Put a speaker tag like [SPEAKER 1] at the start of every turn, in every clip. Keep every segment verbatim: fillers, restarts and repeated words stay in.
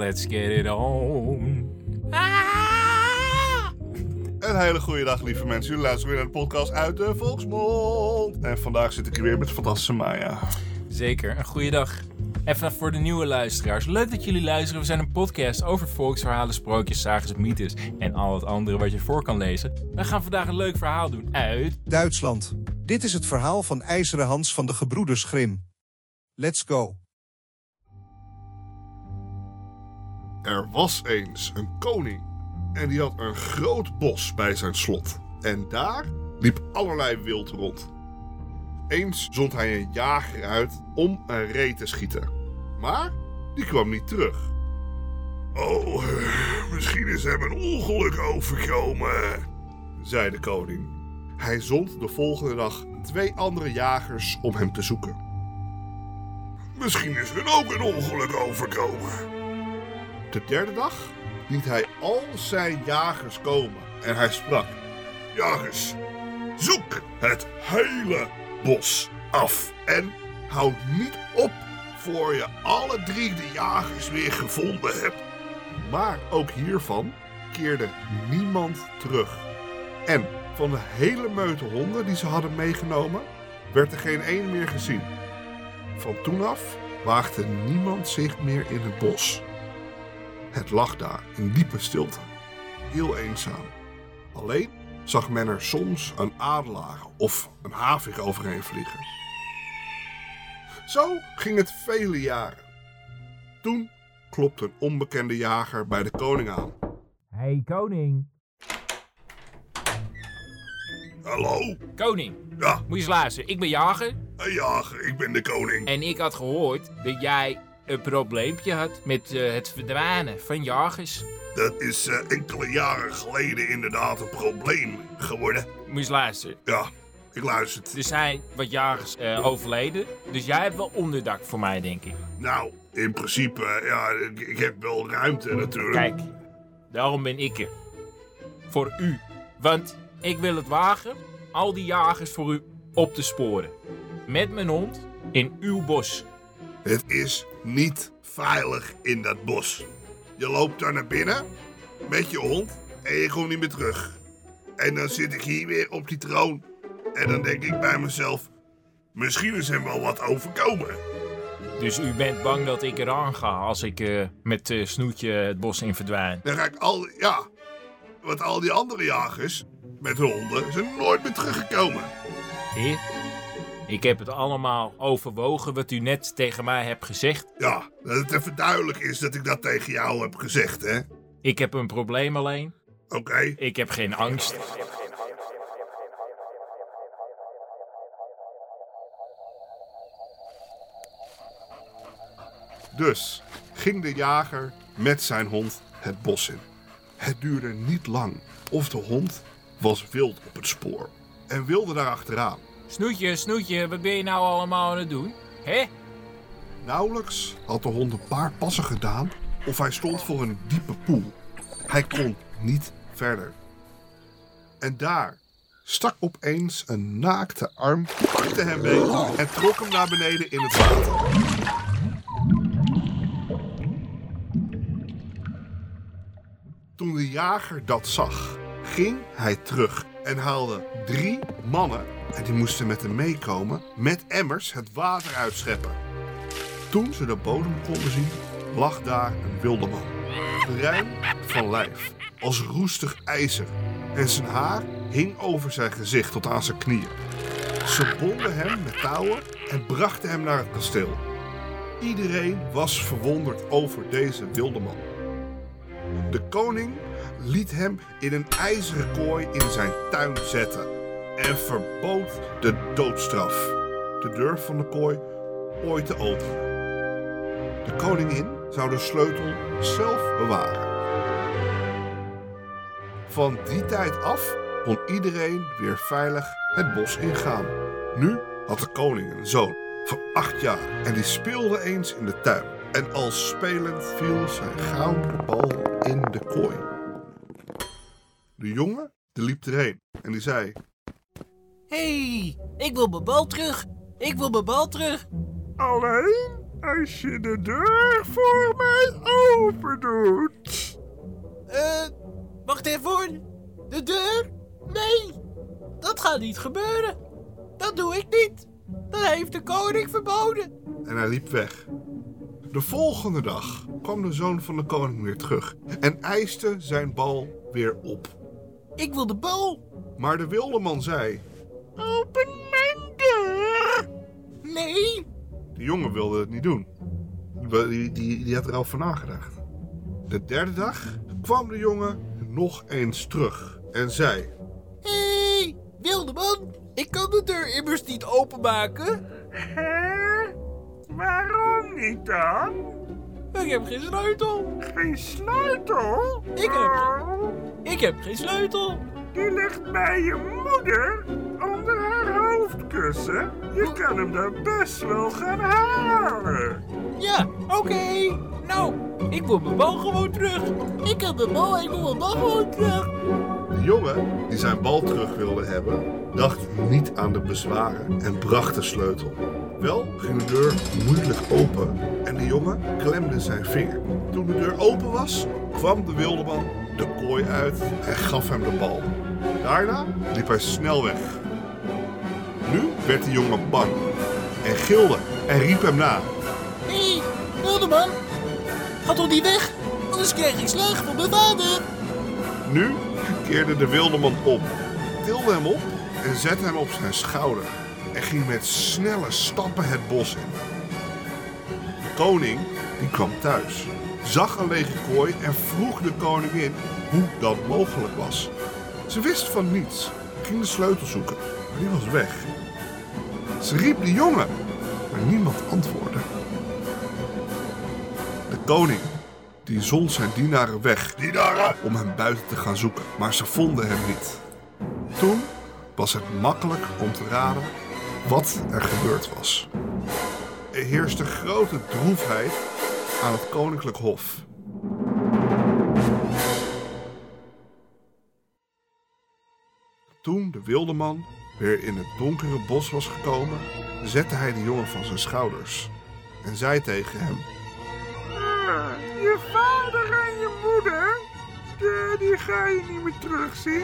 [SPEAKER 1] let's get it on.
[SPEAKER 2] Ah! Een hele goede dag, lieve mensen. Jullie luisteren weer naar de podcast uit de Volksmond. En vandaag zit ik hier weer met fantastische Maya.
[SPEAKER 1] Zeker, een goede dag. Even voor de nieuwe luisteraars. Leuk dat jullie luisteren. We zijn een podcast over volksverhalen, sprookjes, sages, mythes en al het andere wat je voor kan lezen. We gaan vandaag een leuk verhaal doen uit
[SPEAKER 3] Duitsland. Dit is het verhaal van IJzeren Hans van de gebroeders Grimm. Let's go.
[SPEAKER 2] Er was eens een koning en die had een groot bos bij zijn slot. En daar liep allerlei wild rond. Eens zond hij een jager uit om een ree te schieten. Maar die kwam niet terug. Oh, misschien is hem een ongeluk overkomen, zei de koning. Hij zond de volgende dag twee andere jagers om hem te zoeken. Misschien is hun ook een ongeluk overkomen. De derde dag liet hij al zijn jagers komen en hij sprak: Jagers, zoek het hele bos af en houd niet op voor je alle drie de jagers weer gevonden hebt. Maar ook hiervan keerde niemand terug. En van de hele meute honden die ze hadden meegenomen, werd er geen één meer gezien. Van toen af waagde niemand zich meer in het bos. Het lag daar in diepe stilte, heel eenzaam. Alleen zag men er soms een adelaar of een havik overheen vliegen. Zo ging het vele jaren. Toen klopte een onbekende jager bij de koning aan.
[SPEAKER 1] Hey koning.
[SPEAKER 2] Hallo?
[SPEAKER 1] Koning,
[SPEAKER 2] Ja,
[SPEAKER 1] moet je eens luisteren. Ik ben jager
[SPEAKER 2] een jager, ik ben de koning.
[SPEAKER 1] en ik had gehoord dat jij een probleempje had met uh, het verdwijnen van jagers.
[SPEAKER 2] Dat is uh, enkele jaren geleden inderdaad een probleem geworden.
[SPEAKER 1] Moet je eens luisteren.
[SPEAKER 2] Ja, ik luister.
[SPEAKER 1] Er zijn wat jagers uh, overleden, dus jij hebt wel onderdak voor mij, denk ik.
[SPEAKER 2] Nou, in principe, uh, ja, ik, ik heb wel ruimte natuurlijk.
[SPEAKER 1] Kijk, daarom ben ik er. Voor u. Want ik wil het wagen al die jagers voor u op te sporen. Met mijn hond in uw bos.
[SPEAKER 2] Het is niet veilig in dat bos. Je loopt daar naar binnen met je hond en je komt niet meer terug. En dan zit ik hier weer op die troon. En dan denk ik bij mezelf, misschien is hem wel wat overkomen.
[SPEAKER 1] Dus u bent bang dat ik eraan ga als ik uh, met uh, Snoetje het bos in verdwijn?
[SPEAKER 2] Dan ga ik al, ja, want al die andere jagers met hun honden zijn nooit meer teruggekomen.
[SPEAKER 1] Heer, ik heb het allemaal overwogen wat u net tegen mij hebt gezegd.
[SPEAKER 2] Ja, dat het even duidelijk is dat ik dat tegen jou heb gezegd, hè?
[SPEAKER 1] Ik heb een probleem alleen.
[SPEAKER 2] Oké. Okay.
[SPEAKER 1] Ik heb geen angst.
[SPEAKER 2] Dus ging de jager met zijn hond het bos in. Het duurde niet lang of de hond was wild op het spoor en wilde daar achteraan.
[SPEAKER 1] Snoetje, Snoetje, wat ben je nou allemaal aan het doen? Hè?
[SPEAKER 2] Nauwelijks had de hond een paar passen gedaan of hij stond voor een diepe poel. Hij kon niet verder. En daar stak opeens een naakte arm, pakte hem beet en trok hem naar beneden in het water. Toen de jager dat zag, ging hij terug en haalde drie mannen, en die moesten met hem meekomen, met emmers het water uitscheppen. Toen ze de bodem konden zien, lag daar een wildeman. Bruin van lijf, als roestig ijzer, en zijn haar hing over zijn gezicht tot aan zijn knieën. Ze bonden hem met touwen en brachten hem naar het kasteel. Iedereen was verwonderd over deze wildeman. De koning liet hem in een ijzeren kooi in zijn tuin zetten en verbood de doodstraf. De deur van de kooi ooit te openen. De koningin zou de sleutel zelf bewaren. Van die tijd af kon iedereen weer veilig het bos ingaan. Nu had de koning een zoon van acht jaar en die speelde eens in de tuin. En al spelend viel zijn gouden bal in de kooi. De jongen die liep erheen en die zei:
[SPEAKER 4] Hé, hey, ik wil mijn bal terug. Ik wil mijn bal terug.
[SPEAKER 2] Alleen? als je de deur voor mij open doet.
[SPEAKER 4] Eh, wacht even hoor. De deur? Nee, dat gaat niet gebeuren. Dat doe ik niet. Dat heeft de koning verboden.
[SPEAKER 2] En hij liep weg. De volgende dag kwam de zoon van de koning weer terug en eiste zijn bal weer op.
[SPEAKER 4] Ik wil de bal.
[SPEAKER 2] Maar de wildeman zei: open mijn deur.
[SPEAKER 4] Nee.
[SPEAKER 2] De jongen wilde het niet doen. Die, die, die had er al van nagedacht. De derde dag kwam de jongen nog eens terug en zei:
[SPEAKER 4] Hé, hey, wildeman. Ik kan de deur immers niet openmaken.
[SPEAKER 2] Hè? Waarom niet dan?
[SPEAKER 4] Ik heb geen sleutel.
[SPEAKER 2] Geen sleutel?
[SPEAKER 4] Ik heb, ge- ik heb geen sleutel.
[SPEAKER 2] Die ligt bij je moeder onder haar hoofdkussen. Je kan hem daar best wel gaan halen.
[SPEAKER 4] Ja, oké. Okay. Nou, ik wil mijn bal gewoon terug. Ik heb mijn bal, ik wil mijn bal gewoon terug.
[SPEAKER 2] De jongen, die zijn bal terug wilde hebben, dacht niet aan de bezwaren en bracht de sleutel. Wel ging de deur moeilijk open en de jongen klemde zijn vinger. Toen de deur open was, kwam de wildeman de kooi uit en gaf hem de bal. Daarna liep hij snel weg. Nu werd de jongen bang en gilde en riep hem na.
[SPEAKER 4] Hé, hey, wildeman. Ga toch niet weg, anders krijg ik slag van mijn vader.
[SPEAKER 2] Nu keerde de wildeman om, tilde hem op en zette hem op zijn schouder en ging met snelle stappen het bos in. De koning die kwam thuis, zag een lege kooi en vroeg de koningin hoe dat mogelijk was. Ze wist van niets, ging de sleutel zoeken, maar die was weg. Ze riep de jongen, maar niemand antwoordde. De koning die zond zijn dienaren weg dienaren. om hem buiten te gaan zoeken, maar ze vonden hem niet. Toen was het makkelijk om te raden wat er gebeurd was. Er heerste grote droefheid aan het koninklijk hof. Toen de wildeman weer in het donkere bos was gekomen, zette hij de jongen van zijn schouders en zei tegen hem: je vader en je moeder, die, die ga je niet meer terugzien.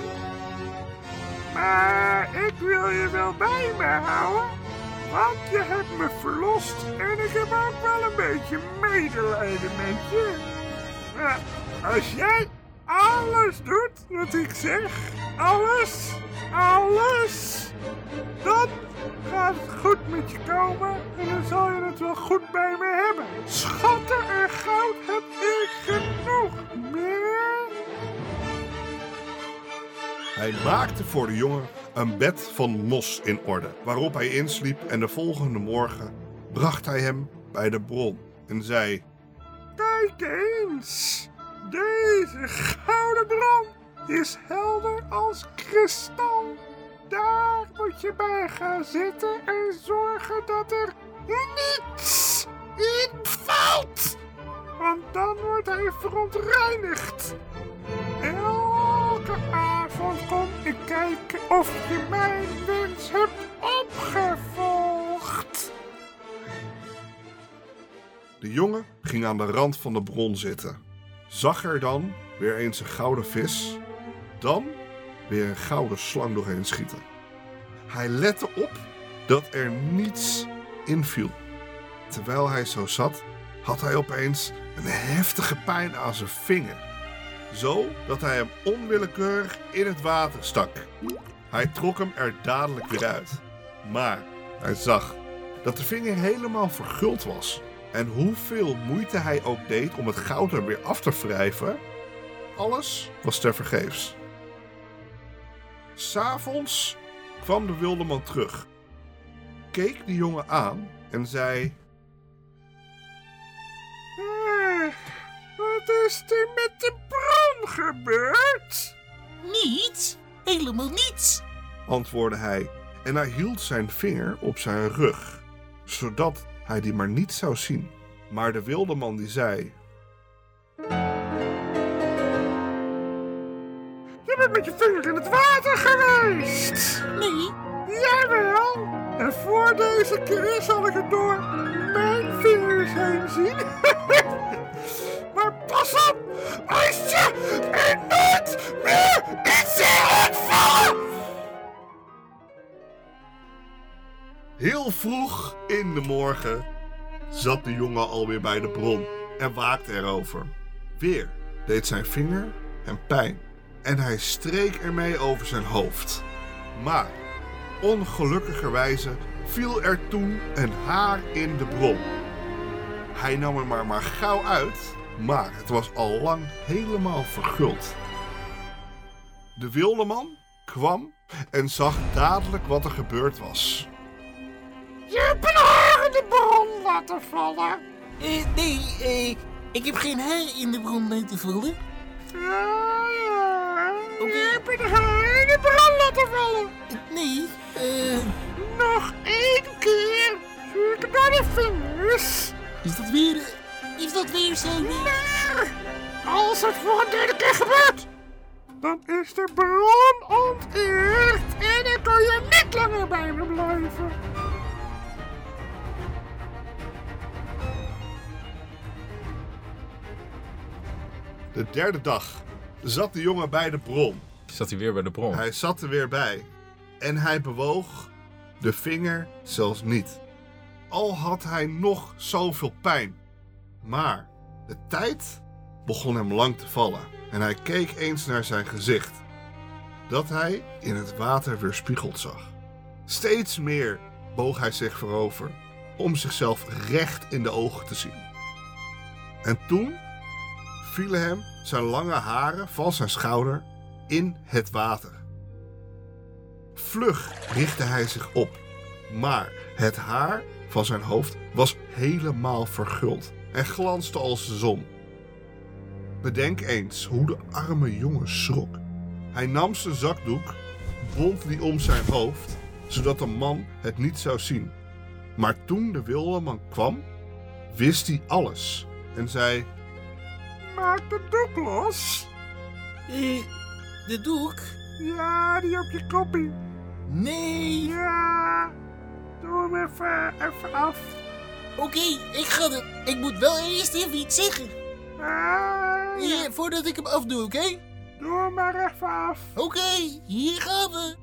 [SPEAKER 2] Maar ik wil je wel bij me houden, want je hebt me verlost en ik heb ook wel een beetje medelijden met je. Maar als jij alles doet wat ik zeg, alles, alles, dan gaat het goed met je komen en dan zal je het wel goed bij me hebben. Schatten en goud heb ik genoeg. Meer? Hij maakte voor de jongen een bed van mos in orde, waarop hij insliep en de volgende morgen bracht hij hem bij de bron en zei: kijk eens, deze gouden bron is helder als kristal. Daar moet je bij gaan zitten en zorgen dat er niets in valt. Want dan wordt hij verontreinigd. Elke avond kom ik kijken of je mijn wens hebt opgevolgd. De jongen ging aan de rand van de bron zitten. Zag er dan weer eens een gouden vis, dan weer een gouden slang doorheen schieten. Hij lette op dat er niets inviel. Terwijl hij zo zat, had hij opeens een heftige pijn aan zijn vinger. Zo dat hij hem onwillekeurig in het water stak. Hij trok hem er dadelijk weer uit. Maar hij zag dat de vinger helemaal verguld was. En hoeveel moeite hij ook deed om het goud er weer af te wrijven, alles was tevergeefs. 'S Avonds kwam de wildeman terug, keek de jongen aan en zei: eh, wat is er met de bron gebeurd?
[SPEAKER 4] Niets, helemaal niets,
[SPEAKER 2] antwoordde hij en hij hield zijn vinger op zijn rug, zodat hij die maar niet zou zien. Maar de wildeman die zei: je bent met je vinger in het water geweest.
[SPEAKER 4] nee,
[SPEAKER 2] Jawel, En voor deze keer zal ik het door mijn vingers heen zien. Maar pas op, als je er nooit meer iets in ontvallen! Heel vroeg in de morgen zat de jongen alweer bij de bron en waakte erover. Weer deed zijn vinger hem pijn en hij streek ermee over zijn hoofd. Maar ongelukkigerwijze viel er toen een haar in de bron. Hij nam er maar, maar gauw uit, maar het was al lang helemaal verguld. De wildeman kwam en zag dadelijk wat er gebeurd was.
[SPEAKER 4] Je hebt een haar in de bron laten vallen. Eh, nee, eh, ik heb geen haar in de bron laten vallen.
[SPEAKER 2] Ja, ja,
[SPEAKER 4] Oké.
[SPEAKER 2] je hebt een haar in de bron laten vallen.
[SPEAKER 4] Nee, eh...
[SPEAKER 2] Nog één keer, zie ik door de vingers.
[SPEAKER 4] Is dat weer... Is dat weer zo?
[SPEAKER 2] Maar als het voor een derde keer gebeurt, dan is de bron onteerd en dan kan je niet langer bij me blijven. De derde dag zat de jongen bij de bron.
[SPEAKER 1] Zat hij weer bij de bron?
[SPEAKER 2] Hij zat er weer bij en hij bewoog de vinger zelfs niet. Al had hij nog zoveel pijn. Maar de tijd begon hem lang te vallen en hij keek eens naar zijn gezicht, dat hij in het water weerspiegeld zag. Steeds meer boog hij zich voorover om zichzelf recht in de ogen te zien. En toen vielen hem zijn lange haren van zijn schouder in het water. Vlug richtte hij zich op, maar het haar van zijn hoofd was helemaal verguld en glansde als de zon. Bedenk eens hoe de arme jongen schrok. Hij nam zijn zakdoek, bond die om zijn hoofd, zodat de man het niet zou zien. Maar toen de wildeman kwam, wist hij alles en zei: "Maak de doek los."
[SPEAKER 4] Eh, de doek?
[SPEAKER 2] Ja, die op je koppie.
[SPEAKER 4] Nee.
[SPEAKER 2] Ja, doe hem even, even af.
[SPEAKER 4] Oké, ik ga er. Ik moet wel eerst even iets zeggen.
[SPEAKER 2] Ah,
[SPEAKER 4] Eh, voordat ik hem afdoe, oké?
[SPEAKER 2] doe hem maar even af.
[SPEAKER 4] Oké, hier gaan we.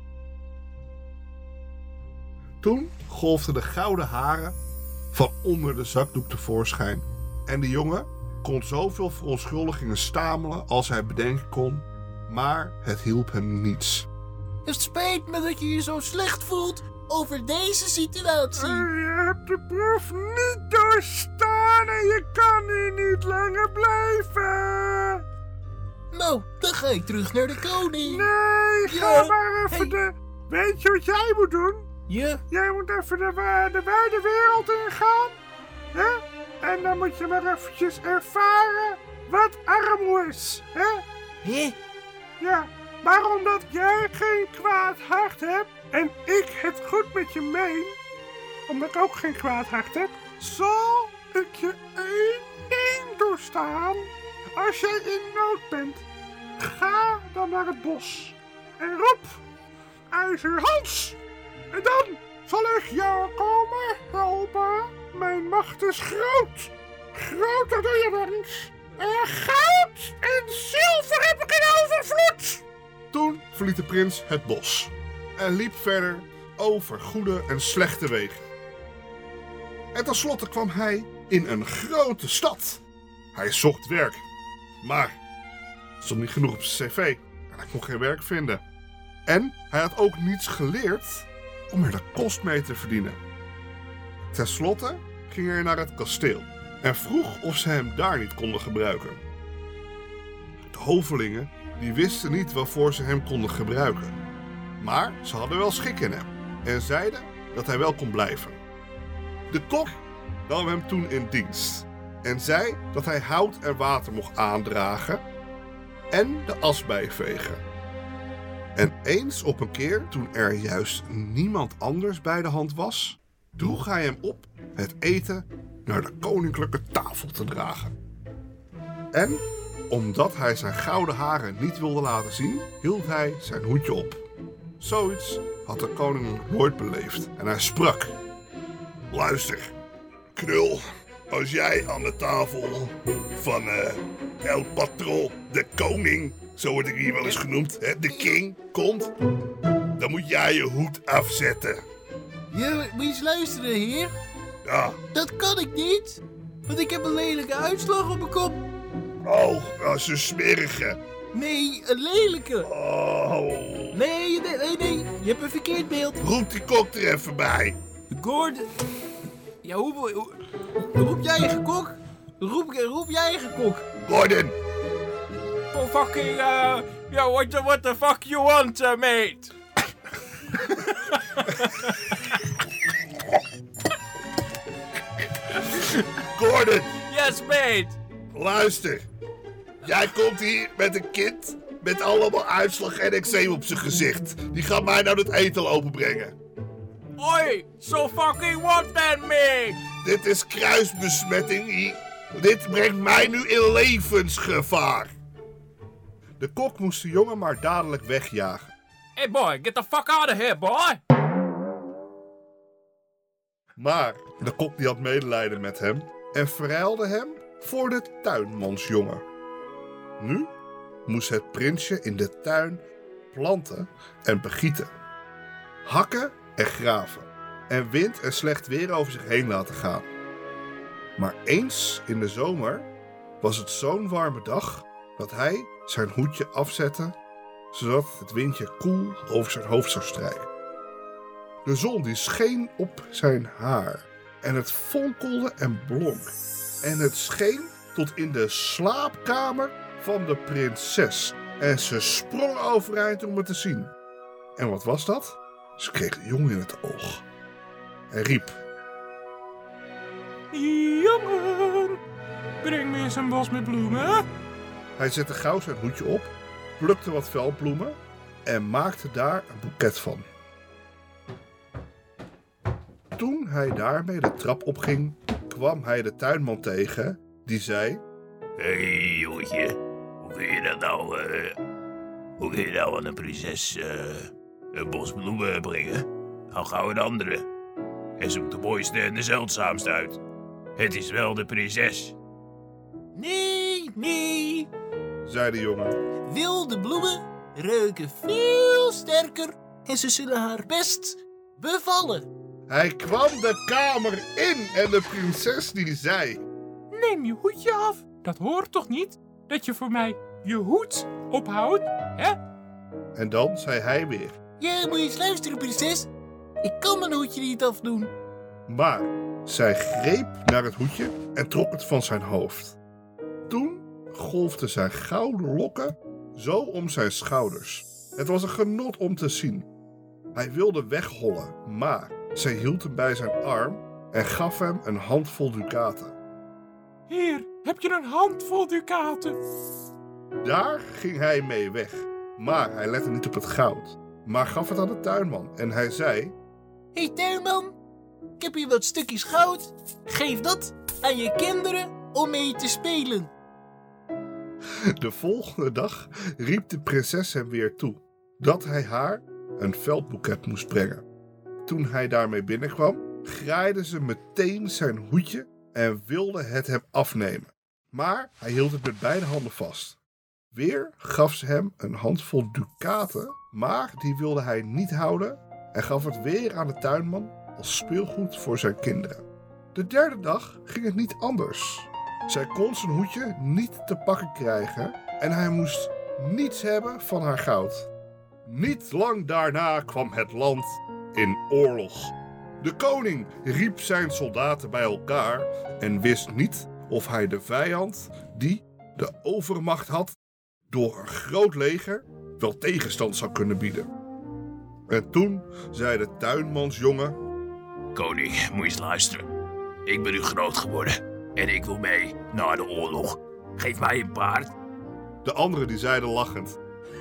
[SPEAKER 2] Toen golfden de gouden haren van onder de zakdoek tevoorschijn. En de jongen kon zoveel verontschuldigingen stamelen als hij bedenken kon. Maar het hielp hem niets.
[SPEAKER 4] Het spijt me dat je je zo slecht voelt over deze situatie.
[SPEAKER 2] Je hebt de proef niet doorstaan en je kan hier niet langer blijven.
[SPEAKER 4] Nou, dan ga ik terug naar de koning.
[SPEAKER 2] Nee, ga
[SPEAKER 4] Ja,
[SPEAKER 2] maar even
[SPEAKER 4] hey.
[SPEAKER 2] de... Weet je wat jij moet doen?
[SPEAKER 4] Ja?
[SPEAKER 2] Jij moet even de, wa- de wijde wereld ingaan. Hè? En dan moet je maar eventjes ervaren wat armoede is. Hè?
[SPEAKER 4] Hé?
[SPEAKER 2] Ja, maar omdat jij geen kwaad hart hebt en ik het goed met je meen, omdat ik ook geen kwaad hart heb, zal ik je één ding doorstaan. Als jij in nood bent, ga dan naar het bos en roep IJzerhans. En dan zal ik jou komen helpen. Mijn macht is groot. Groter dan je wens. En goud en zilver heb ik in overvloed. Toen verliet de prins het bos en liep verder over goede en slechte wegen. En tenslotte kwam hij in een grote stad. Hij zocht werk, maar er stond niet genoeg op zijn cv en hij kon geen werk vinden. En hij had ook niets geleerd om er de kost mee te verdienen. Ten slotte ging hij naar het kasteel en vroeg of ze hem daar niet konden gebruiken. De hovelingen die wisten niet waarvoor ze hem konden gebruiken. Maar ze hadden wel schik in hem en zeiden dat hij wel kon blijven. De kok nam hem toen in dienst en zei dat hij hout en water mocht aandragen en de as bijvegen. En eens op een keer, toen er juist niemand anders bij de hand was, droeg hij hem op het eten naar de koninklijke tafel te dragen. En omdat hij zijn gouden haren niet wilde laten zien, hield hij zijn hoedje op. Zoiets had de koning nog nooit beleefd en hij sprak. Luister, Knul, als jij aan de tafel van uh, El Patron, de koning, zo wordt ik hier wel eens genoemd, hè, de king, komt, dan moet jij je hoed afzetten.
[SPEAKER 4] Ja, moet je eens luisteren, heer.
[SPEAKER 2] Ja.
[SPEAKER 4] Dat kan ik niet, want ik heb een lelijke uitslag op mijn kop.
[SPEAKER 2] Oh, dat is een smerige.
[SPEAKER 4] Nee, een lelijke.
[SPEAKER 2] Oh.
[SPEAKER 4] Nee, nee, nee, nee. Je hebt een verkeerd beeld.
[SPEAKER 2] Roep die kok er even bij.
[SPEAKER 4] Gordon. Ja, hoe, hoe, roep jij eigen kok? Roep, roep jij eigen kok.
[SPEAKER 2] Gordon.
[SPEAKER 1] Oh, fucking, uh... Yo, what the, what the fuck you want, uh, mate?
[SPEAKER 2] Gordon.
[SPEAKER 1] Yes, mate.
[SPEAKER 2] Luister. Jij komt hier met een kind met allemaal uitslag en eczeem op zijn gezicht. Die gaat mij nou het eten openbrengen.
[SPEAKER 1] Oi, so fucking what then, mate?
[SPEAKER 2] Dit is kruisbesmetting hier. Dit brengt mij nu in levensgevaar. De kok moest de jongen maar dadelijk wegjagen.
[SPEAKER 1] Hey boy, get the fuck out of here, boy!
[SPEAKER 2] Maar de kok die had medelijden met hem en verruilde hem voor de tuinmansjongen. Nu moest het prinsje in de tuin planten en begieten, hakken en graven en wind en slecht weer over zich heen laten gaan. Maar eens in de zomer was het zo'n warme dag dat hij zijn hoedje afzette, zodat het windje koel over zijn hoofd zou strijken. De zon die scheen op zijn haar en het fonkelde en blonk. En het scheen tot in de slaapkamer van de prinses. En ze sprong overeind om het te zien. En wat was dat? Ze kreeg een jongen in het oog. Hij riep.
[SPEAKER 1] Jongen, breng me eens een bos met bloemen.
[SPEAKER 2] Hij zette gauw zijn hoedje op, plukte wat veldbloemen en maakte daar een boeket van. Toen hij daarmee de trap opging, kwam hij de tuinman tegen, die zei...
[SPEAKER 5] Hé, hey, jongetje, hoe kun je dat nou, uh, hoe kun je nou aan een prinses uh, een bos bloemen brengen? Hou gauw een andere. En zoek de mooiste en de zeldzaamste uit. Het is wel de prinses.
[SPEAKER 4] Nee, nee.
[SPEAKER 2] zei de jongen.
[SPEAKER 4] Wilde bloemen ruiken veel sterker en ze zullen haar best bevallen.
[SPEAKER 2] Hij kwam de kamer in en de prinses die zei...
[SPEAKER 1] Neem je hoedje af. Dat hoort toch niet? Dat je voor mij je hoed ophoudt, hè?
[SPEAKER 2] En dan zei hij weer...
[SPEAKER 4] Ja, moet je eens luisteren, prinses. Ik kan mijn hoedje niet afdoen.
[SPEAKER 2] Maar zij greep naar het hoedje en trok het van zijn hoofd. Toen golfden zijn gouden lokken zo om zijn schouders. Het was een genot om te zien. Hij wilde weghollen, maar zij hield hem bij zijn arm en gaf hem een handvol dukaten.
[SPEAKER 1] Heer, heb je een handvol dukaten?
[SPEAKER 2] Daar ging hij mee weg, maar hij lette niet op het goud, maar gaf het aan de tuinman en hij zei...
[SPEAKER 4] Hé hey, tuinman, ik heb hier wat stukjes goud. Geef dat aan je kinderen om mee te spelen.
[SPEAKER 2] De volgende dag riep de prinses hem weer toe dat hij haar een veldboeket moest brengen. Toen hij daarmee binnenkwam, graaide ze meteen zijn hoedje en wilde het hem afnemen. Maar hij hield het met beide handen vast. Weer gaf ze hem een handvol dukaten, maar die wilde hij niet houden en gaf het weer aan de tuinman als speelgoed voor zijn kinderen. De derde dag ging het niet anders. Zij kon zijn hoedje niet te pakken krijgen en hij moest niets hebben van haar goud. Niet lang daarna kwam het land in oorlog. De koning riep zijn soldaten bij elkaar en wist niet of hij de vijand die de overmacht had door een groot leger wel tegenstand zou kunnen bieden. En toen zei de tuinmansjongen...
[SPEAKER 5] Koning, moet je eens luisteren. Ik ben nu groot geworden en ik wil mee naar de oorlog. Geef mij een paard.
[SPEAKER 2] De anderen die zeiden lachend...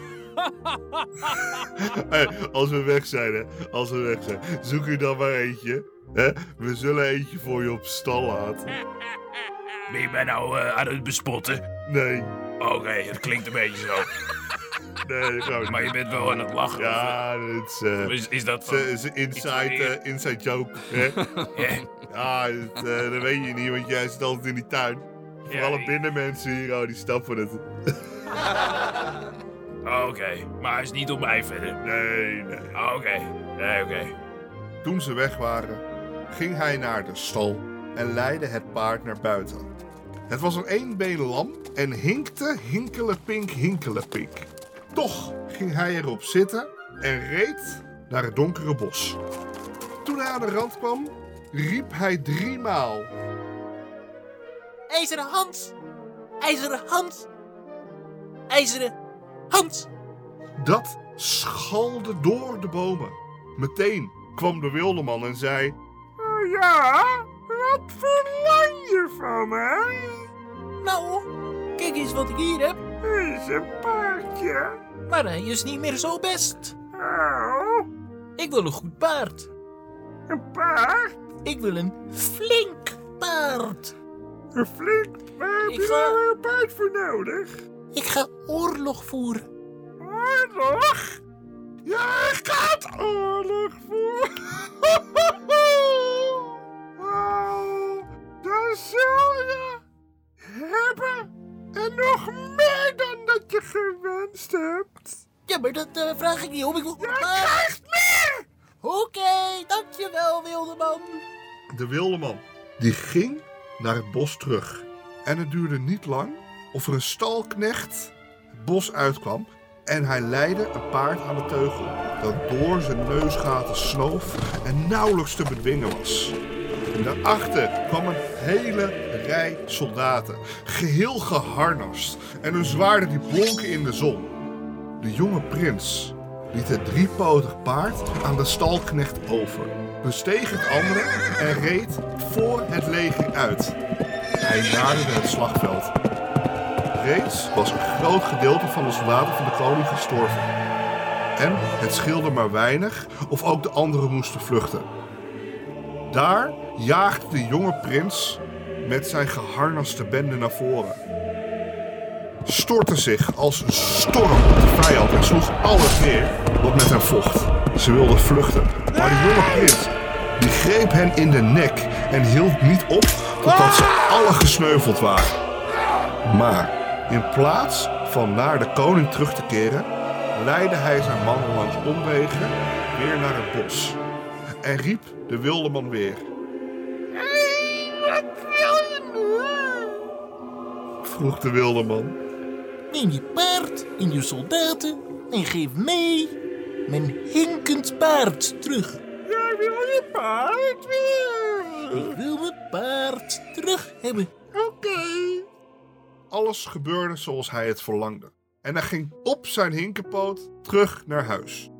[SPEAKER 2] Hey, als we weg zijn, hè. Als we weg zijn. Zoek u dan maar eentje. Hè? We zullen eentje voor je op stal laten.
[SPEAKER 5] Ben je mij nou uh, aan het bespotten?
[SPEAKER 2] Nee.
[SPEAKER 5] Oké, okay, het klinkt een beetje zo.
[SPEAKER 2] Nee, gewoon
[SPEAKER 5] Maar je bent wel aan het lachen.
[SPEAKER 2] Ja, het is... Uh,
[SPEAKER 5] is, is dat van...
[SPEAKER 2] is een inside, uh, inside joke. Hè?
[SPEAKER 5] Yeah.
[SPEAKER 2] Ja, het, uh, dat weet je niet, want jij zit altijd in die tuin. Voor
[SPEAKER 5] Ja,
[SPEAKER 2] alle
[SPEAKER 5] ik-
[SPEAKER 2] binnenmensen hier, oh, die stappen het.
[SPEAKER 5] Oh, oké. Okay. Maar hij is niet op mij verder.
[SPEAKER 2] Nee, nee.
[SPEAKER 5] Oh, oké. Okay. Nee, oké. Okay.
[SPEAKER 2] Toen ze weg waren, ging hij naar de stal en leidde het paard naar buiten. Het was een eenbeen lam en hinkte hinkelepink hinkelepink. Toch ging hij erop zitten en reed naar het donkere bos. Toen hij aan de rand kwam, riep hij driemaal.
[SPEAKER 4] IJzeren Hans! IJzeren Hans! IJzeren Hans!
[SPEAKER 2] Dat schalde door de bomen. Meteen kwam de wildeman en zei... "Oh ja, wat verlang je van mij?
[SPEAKER 4] Nou, kijk eens wat ik hier heb.
[SPEAKER 2] Is een paardje.
[SPEAKER 4] Maar hij is niet meer zo best.
[SPEAKER 2] Oh,
[SPEAKER 4] Ik wil een goed paard.
[SPEAKER 2] een paard?
[SPEAKER 4] Ik wil een flink paard.
[SPEAKER 2] Een flink paard?
[SPEAKER 4] Ik ga-
[SPEAKER 2] er een paard voor nodig?
[SPEAKER 4] Ik ga oorlog voeren.
[SPEAKER 2] Oorlog? Jij gaat oorlog voeren? Oh, dan zul je hebben. En nog meer dan dat je gewenst hebt.
[SPEAKER 4] Ja, maar dat uh, vraag ik niet om. Ik wil
[SPEAKER 2] Jij
[SPEAKER 4] een paard.
[SPEAKER 2] krijgt meer!
[SPEAKER 4] Oké, dankjewel, wildeman.
[SPEAKER 2] De wildeman, die ging naar het bos terug. En het duurde niet lang of er een stalknecht het bos uitkwam en hij leidde een paard aan de teugel dat door zijn neusgaten snoof en nauwelijks te bedwingen was. En daarachter kwam een hele rij soldaten, geheel geharnast en hun zwaarden die blonken in de zon. De jonge prins liet het driepotig paard aan de stalknecht over, besteeg het andere en reed voor het leger uit. Hij naderde het slagveld. Reeds was een groot gedeelte van de soldaten van de koning gestorven. En het scheelde maar weinig of ook de anderen moesten vluchten. Daar jaagde de jonge prins met zijn geharnaste bende naar voren. Stortte zich als een storm op de vijand en sloeg alles neer wat met hem vocht. Ze wilden vluchten, maar de jonge prins die greep hen in de nek en hield niet op totdat ze alle gesneuveld waren. Maar in plaats van naar de koning terug te keren, leidde hij zijn mannen langs omwegen weer naar het bos. En riep de wildeman weer. Hé, hey, wat wil je nu? Vroeg de wildeman.
[SPEAKER 4] Neem je paard en je soldaten en geef mee mijn hinkend paard terug.
[SPEAKER 2] Jij wil je paard weer?
[SPEAKER 4] Ik wil mijn paard terug hebben.
[SPEAKER 2] Oké. Alles gebeurde zoals hij het verlangde. En hij ging op zijn hinkenpoot terug naar huis.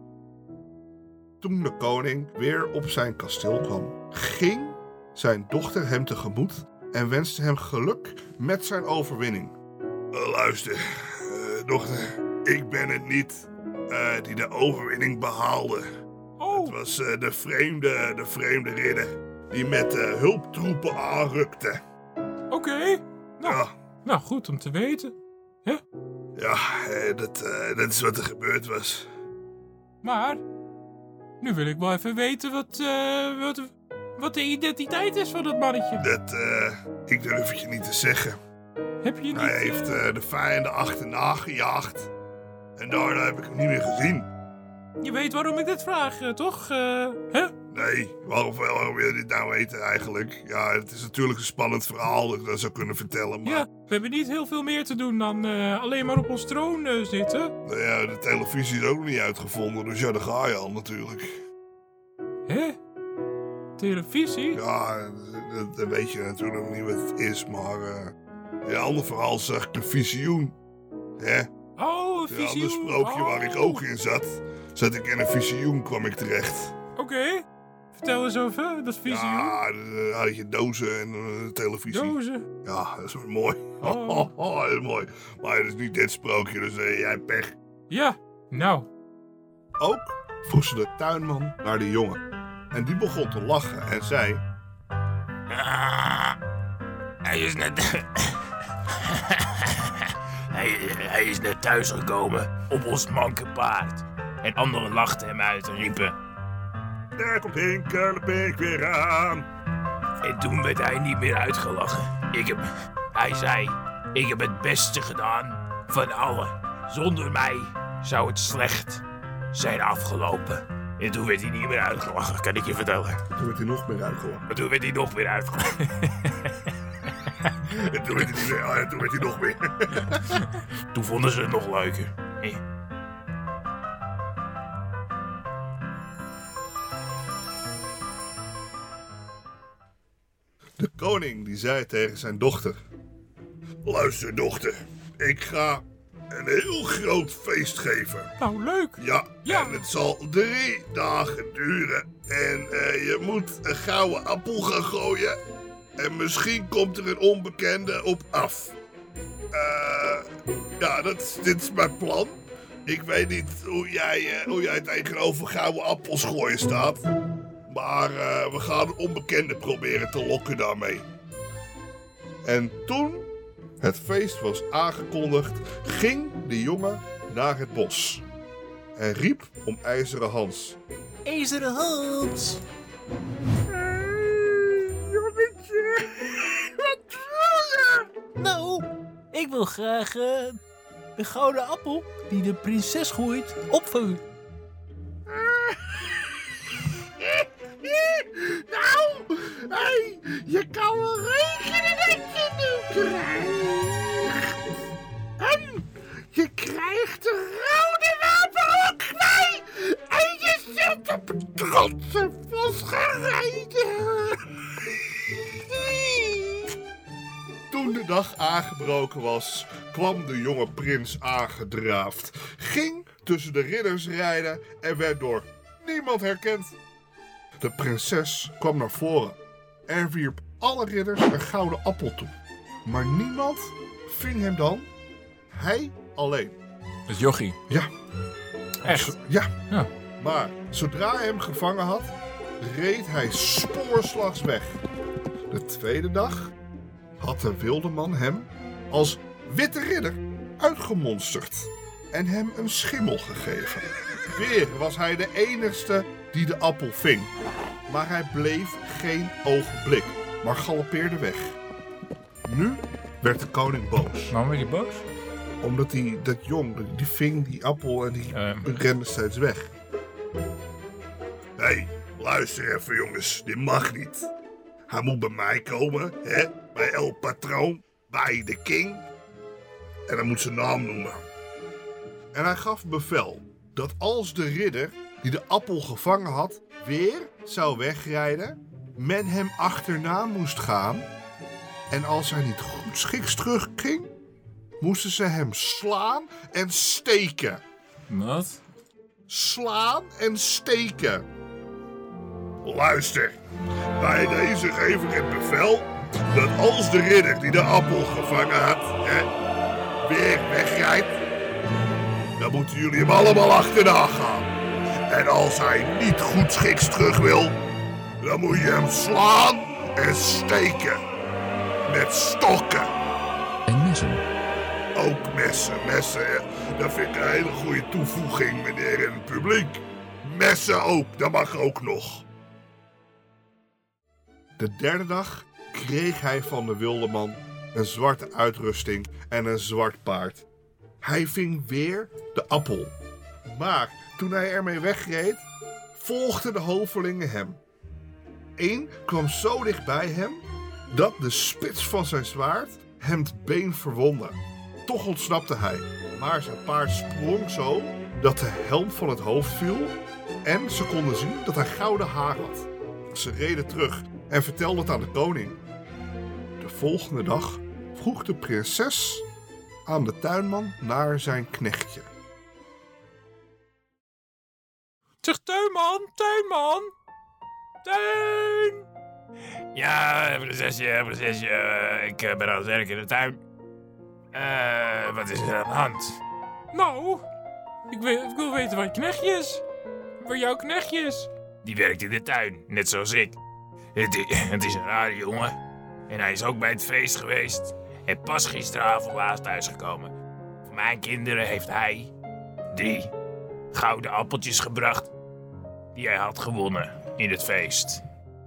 [SPEAKER 2] Toen de koning weer op zijn kasteel kwam, ging zijn dochter hem tegemoet en wenste hem geluk met zijn overwinning. Uh, luister, uh, dochter, ik ben het niet uh, die de overwinning behaalde.
[SPEAKER 1] Oh,
[SPEAKER 2] Het was uh, de, vreemde, de vreemde ridder die met uh, hulptroepen aanrukte.
[SPEAKER 1] oké. Okay. Nou,
[SPEAKER 2] Ja,
[SPEAKER 1] nou, goed om te weten.
[SPEAKER 2] ja uh, dat, uh, dat is wat er gebeurd was.
[SPEAKER 1] Maar, nu wil ik wel even weten wat, uh, wat, wat de identiteit is van dat mannetje.
[SPEAKER 2] Dat, uh, ik durf het je niet te zeggen.
[SPEAKER 1] Heb je niet...
[SPEAKER 2] Hij heeft uh, de vijanden achterna gejaagd. En daarna heb ik hem niet meer gezien.
[SPEAKER 1] Je weet waarom ik dit vraag, uh, toch? Uh, hè?
[SPEAKER 2] Nee, waarom, waarom wil je dit nou weten eigenlijk? Ja, het is natuurlijk een spannend verhaal dat ik dat zou kunnen vertellen, maar...
[SPEAKER 1] Ja, we hebben niet heel veel meer te doen dan uh, alleen maar op ons troon uh, zitten.
[SPEAKER 2] Nou ja, de televisie is ook nog niet uitgevonden, dus ja, daar ga je al natuurlijk.
[SPEAKER 1] Hè? Televisie?
[SPEAKER 2] Ja, dat, dat weet je natuurlijk nog niet wat het is, maar... Uh, in een ander verhaal zag ik een visioen. Hè?
[SPEAKER 1] Oh, een
[SPEAKER 2] Een
[SPEAKER 1] visioen.
[SPEAKER 2] ander sprookje waar ik
[SPEAKER 1] Oh.
[SPEAKER 2] ook in zat. Zat ik in een visioen, kwam ik terecht.
[SPEAKER 1] Oké. Okay. Vertel eens over dat visioen.
[SPEAKER 2] Ja, dan had je dozen en uh, televisie.
[SPEAKER 1] Dozen.
[SPEAKER 2] Ja, dat is wel mooi.
[SPEAKER 1] Oh.
[SPEAKER 2] Oh, dat is mooi. Maar het is niet dit sprookje, dus uh, jij hebt pech.
[SPEAKER 1] Ja, nou.
[SPEAKER 2] Ook vroeg ze de tuinman naar de jongen. En die begon te lachen en zei...
[SPEAKER 5] Ah, hij is net... hij Hij, hij is net thuis gekomen op ons manke paard. En anderen lachten hem uit en riepen...
[SPEAKER 2] Daar komt Hinkelpik weer aan.
[SPEAKER 5] En toen werd hij niet meer uitgelachen. Ik heb... Hij zei... Ik heb het beste gedaan van allen. Zonder mij zou het slecht zijn afgelopen. En toen werd hij niet meer uitgelachen, kan ik je vertellen.
[SPEAKER 2] Toen werd hij nog meer uitgelachen.
[SPEAKER 5] Maar toen werd hij nog meer uitgelachen.
[SPEAKER 2] En toen werd hij, niet meer, oh ja, toen werd hij nog meer.
[SPEAKER 5] Toen vonden ze het nog leuker. Eh.
[SPEAKER 2] De koning die zei tegen zijn dochter... Luister dochter, ik ga een heel groot feest geven.
[SPEAKER 1] Nou, leuk.
[SPEAKER 2] Ja,
[SPEAKER 1] Ja.
[SPEAKER 2] en het zal drie dagen duren. En uh, je moet een gouden appel gaan gooien. En misschien komt er een onbekende op af. Uh, ja, dat, dit is mijn plan. Ik weet niet hoe jij, uh, hoe jij tegenover gouden appels gooien staat. Maar uh, we gaan een onbekende proberen te lokken daarmee. En toen het feest was aangekondigd, ging de jongen naar het bos. En riep om IJzeren Hans.
[SPEAKER 4] IJzeren Hans.
[SPEAKER 2] Jongetje, wat wil je?
[SPEAKER 4] Nou, ik wil graag uh, de gouden appel die de prinses gooit opvangen.
[SPEAKER 2] Nou, hey, je kan wel rekenen dat je nu krijgt. En je krijgt de rode wapen ook bij. En je zit op een trotse vos gereden. Toen de dag aangebroken was, kwam de jonge prins aangedraafd, ging tussen de ridders rijden en werd door niemand herkend. De prinses kwam naar voren en wierp alle ridders een gouden appel toe. Maar niemand ving hem dan, hij alleen.
[SPEAKER 1] Dat is jochie.
[SPEAKER 2] Ja,
[SPEAKER 1] Echt?
[SPEAKER 2] zo- ja.
[SPEAKER 1] Ja.
[SPEAKER 2] Maar zodra hij hem gevangen had, reed hij spoorslags weg. De tweede dag had de wildeman hem als witte ridder uitgemonsterd en hem een schimmel gegeven. Weer was hij de enigste die de appel ving. Maar hij bleef geen ogenblik, maar galoppeerde weg. Nu werd de koning boos.
[SPEAKER 1] Waarom werd hij boos?
[SPEAKER 2] Omdat hij, dat jong, die ving die appel en die
[SPEAKER 1] Eh.
[SPEAKER 2] rende steeds weg. Hé, hey, luister even jongens, dit mag niet. Hij moet bij mij komen, hè? Bij El Patroon, bij de king. En hij moet zijn naam noemen. En hij gaf bevel dat als de ridder die de appel gevangen had weer zou wegrijden, men hem achterna moest gaan. En als hij niet goedschiks terugging, moesten ze hem slaan en steken.
[SPEAKER 1] Wat?
[SPEAKER 2] Slaan en steken. Luister, bij deze geef ik het bevel dat als de ridder die de appel gevangen had, hè, weer wegrijdt, dan moeten jullie hem allemaal achterna gaan. En als hij niet goedschiks terug wil, dan moet je hem slaan en steken. Met stokken.
[SPEAKER 6] En messen.
[SPEAKER 2] Ook messen, messen. ja. Dat vind ik een hele goede toevoeging, meneer in het publiek. Messen ook, dat mag ook nog. De derde dag kreeg hij van de wildeman een zwarte uitrusting en een zwart paard. Hij ving weer de appel. Maar toen hij ermee wegreed, volgden de hovelingen hem. Eén kwam zo dicht bij hem dat de spits van zijn zwaard hem het been verwondde. Toch ontsnapte hij, maar zijn paard sprong zo dat de helm van het hoofd viel en ze konden zien dat hij gouden haar had. Ze reden terug en vertelden het aan de koning. De volgende dag vroeg de prinses aan de tuinman naar zijn knechtje.
[SPEAKER 1] Zeg, tuinman, tuinman. Tuin.
[SPEAKER 5] Ja, prinsesje, prinsesje, eh, ik eh, ben aan het werk in de tuin. Eh, wat is er aan de hand?
[SPEAKER 1] Nou, ik wil, ik wil weten waar je knechtje is. Waar jouw knechtje is.
[SPEAKER 5] Die werkt in de tuin, net zoals ik. Het, i- het is een rare jongen. En hij is ook bij het feest geweest. En pas gisteravond laatst thuisgekomen. mijn kinderen heeft hij drie gouden appeltjes gebracht die hij had gewonnen in het feest.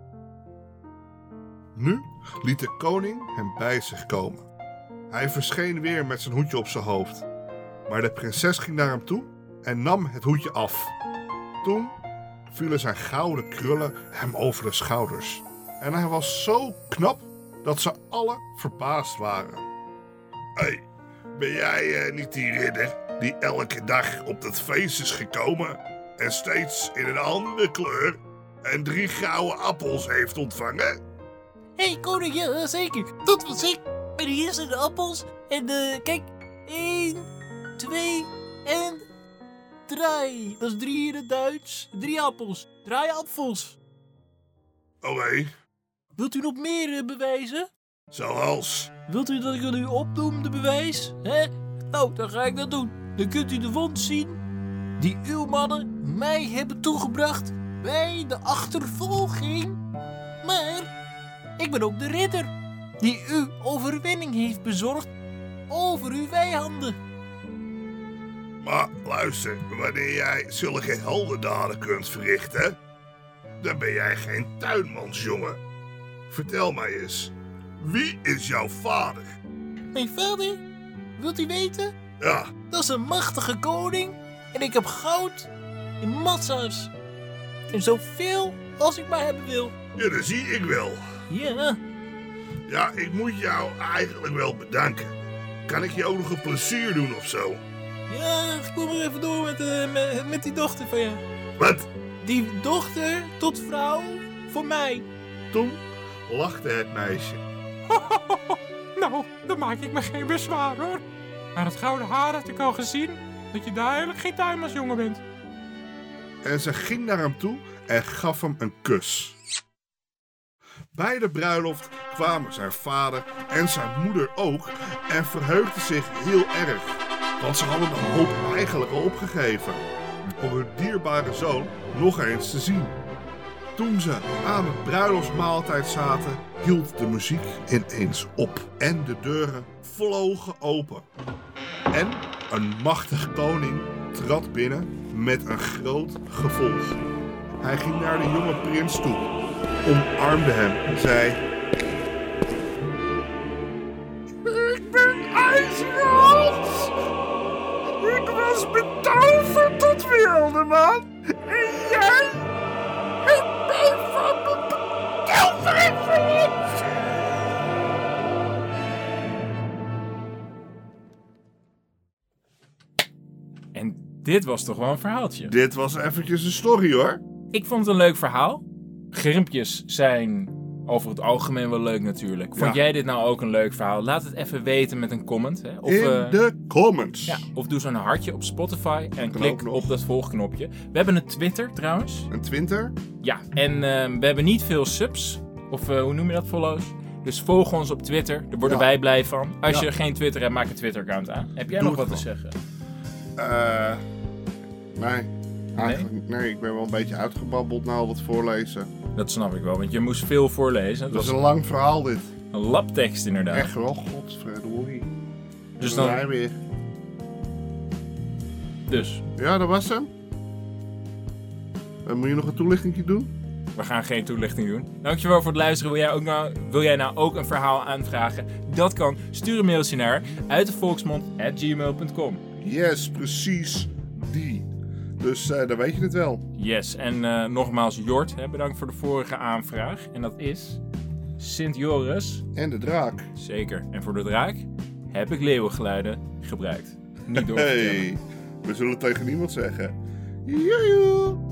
[SPEAKER 2] Nu liet de koning hem bij zich komen. Hij verscheen weer met zijn hoedje op zijn hoofd. Maar de prinses ging naar hem toe en nam het hoedje af. Toen vielen zijn gouden krullen hem over de schouders. En hij was zo knap dat ze alle verbaasd waren. Hé, hey, ben jij uh, niet die ridder die elke dag op dat feest is gekomen en steeds in een andere kleur en drie gouden appels heeft ontvangen?
[SPEAKER 4] Hé, hey, koning, ja, zeker. Dat was ik. En hier zijn de appels. En uh, kijk, één, twee en drie. Dat is drie in het Duits. Drie appels. Drie appels.
[SPEAKER 2] Oké, okay.
[SPEAKER 4] Wilt u nog meer uh, bewijzen?
[SPEAKER 2] Zoals?
[SPEAKER 4] Wilt u dat ik het u opnoem, de bewijs? Hè? Nou, dan ga ik dat doen. Dan kunt u de wond zien die uw mannen mij hebben toegebracht bij de achtervolging. Maar ik ben ook de ridder die u overwinning heeft bezorgd over uw vijanden.
[SPEAKER 2] Maar luister, wanneer jij zulke heldendaden kunt verrichten, dan ben jij geen tuinmansjongen. Vertel mij eens, wie is jouw vader?
[SPEAKER 4] Mijn vader? Wilt u weten?
[SPEAKER 2] Ja.
[SPEAKER 4] Dat is een machtige koning en ik heb goud in massa's. En zoveel als ik maar hebben wil.
[SPEAKER 2] Ja, dat zie ik wel.
[SPEAKER 4] Ja.
[SPEAKER 2] Ja, ik moet jou eigenlijk wel bedanken. Kan ik je ook nog een plezier doen of zo?
[SPEAKER 4] Ja, kom maar even door met, uh, met, met die dochter van je.
[SPEAKER 2] Wat?
[SPEAKER 4] Die dochter tot vrouw voor mij.
[SPEAKER 2] Toen lachte het meisje.
[SPEAKER 6] Nou, dan maak ik me geen bezwaar hoor. Maar het gouden haar had ik al gezien dat je duidelijk geen tuinmansjongen bent.
[SPEAKER 2] En ze ging naar hem toe en gaf hem een kus. Bij de bruiloft kwamen zijn vader en zijn moeder ook en verheugden zich heel erg. Want ze hadden de hoop eigenlijk al opgegeven om hun dierbare zoon nog eens te zien. Toen ze aan de bruiloftsmaaltijd zaten, hield de muziek ineens op en de deuren vlogen open. En een machtig koning trad binnen met een groot gevolg. Hij ging naar de jonge prins toe, omarmde hem en zei: Ik ben IJzerhans! Ik was betoverd tot wildeman! En jij? Ik ben van de betovering verliefd!
[SPEAKER 1] En dit was toch wel een verhaaltje.
[SPEAKER 2] Dit was eventjes een story hoor.
[SPEAKER 1] Ik vond het een leuk verhaal. Grimpjes zijn over het algemeen wel leuk natuurlijk. Vond
[SPEAKER 2] Ja.
[SPEAKER 1] jij dit nou ook een leuk verhaal? Laat het even weten met een comment. Hè? Of,
[SPEAKER 2] In
[SPEAKER 1] uh,
[SPEAKER 2] de comments.
[SPEAKER 1] ja, of doe zo'n hartje op Spotify en
[SPEAKER 2] Kan
[SPEAKER 1] klik
[SPEAKER 2] ook nog.
[SPEAKER 1] op dat volgknopje. We hebben een Twitter trouwens.
[SPEAKER 2] Een twinter.
[SPEAKER 1] Ja, en uh, we hebben niet veel subs. Of uh, hoe noem je dat, follows? Dus volg ons op Twitter. Daar worden
[SPEAKER 2] Ja.
[SPEAKER 1] wij blij van. Als
[SPEAKER 2] Ja.
[SPEAKER 1] je geen Twitter hebt, maak een Twitter-account aan. Heb jij
[SPEAKER 2] Doe
[SPEAKER 1] nog
[SPEAKER 2] het
[SPEAKER 1] wat te
[SPEAKER 2] gewoon.
[SPEAKER 1] zeggen?
[SPEAKER 2] Eh, nee. Eigenlijk, nee, ik ben wel een beetje uitgebabbeld na al het voorlezen.
[SPEAKER 1] Dat snap ik wel, want je moest veel voorlezen. Het
[SPEAKER 2] Dat is
[SPEAKER 1] was
[SPEAKER 2] een lang verhaal dit.
[SPEAKER 1] een labtekst inderdaad.
[SPEAKER 2] Echt wel, godverdorie.
[SPEAKER 1] Dus
[SPEAKER 2] Dan
[SPEAKER 1] dan,
[SPEAKER 2] zijn we weer.
[SPEAKER 1] dus,
[SPEAKER 2] Ja, dat was hem. Uh, moet je nog een toelichting doen?
[SPEAKER 1] we gaan geen toelichting doen. Dankjewel voor het luisteren. Wil jij, ook nou, wil jij nou ook een verhaal aanvragen? Dat kan. Stuur een mailtje naar uitdevolksmond at gmail dot com.
[SPEAKER 2] Yes, precies die. Dus uh, dan weet je het wel.
[SPEAKER 1] Yes, en uh, nogmaals Jort, hè, bedankt voor de vorige aanvraag. En dat is Sint Joris.
[SPEAKER 2] En de draak.
[SPEAKER 1] Zeker. En voor de draak heb ik leeuwengeluiden gebruikt. Niet doorvertellen.
[SPEAKER 2] Hey, we zullen het tegen niemand zeggen. Joejoe.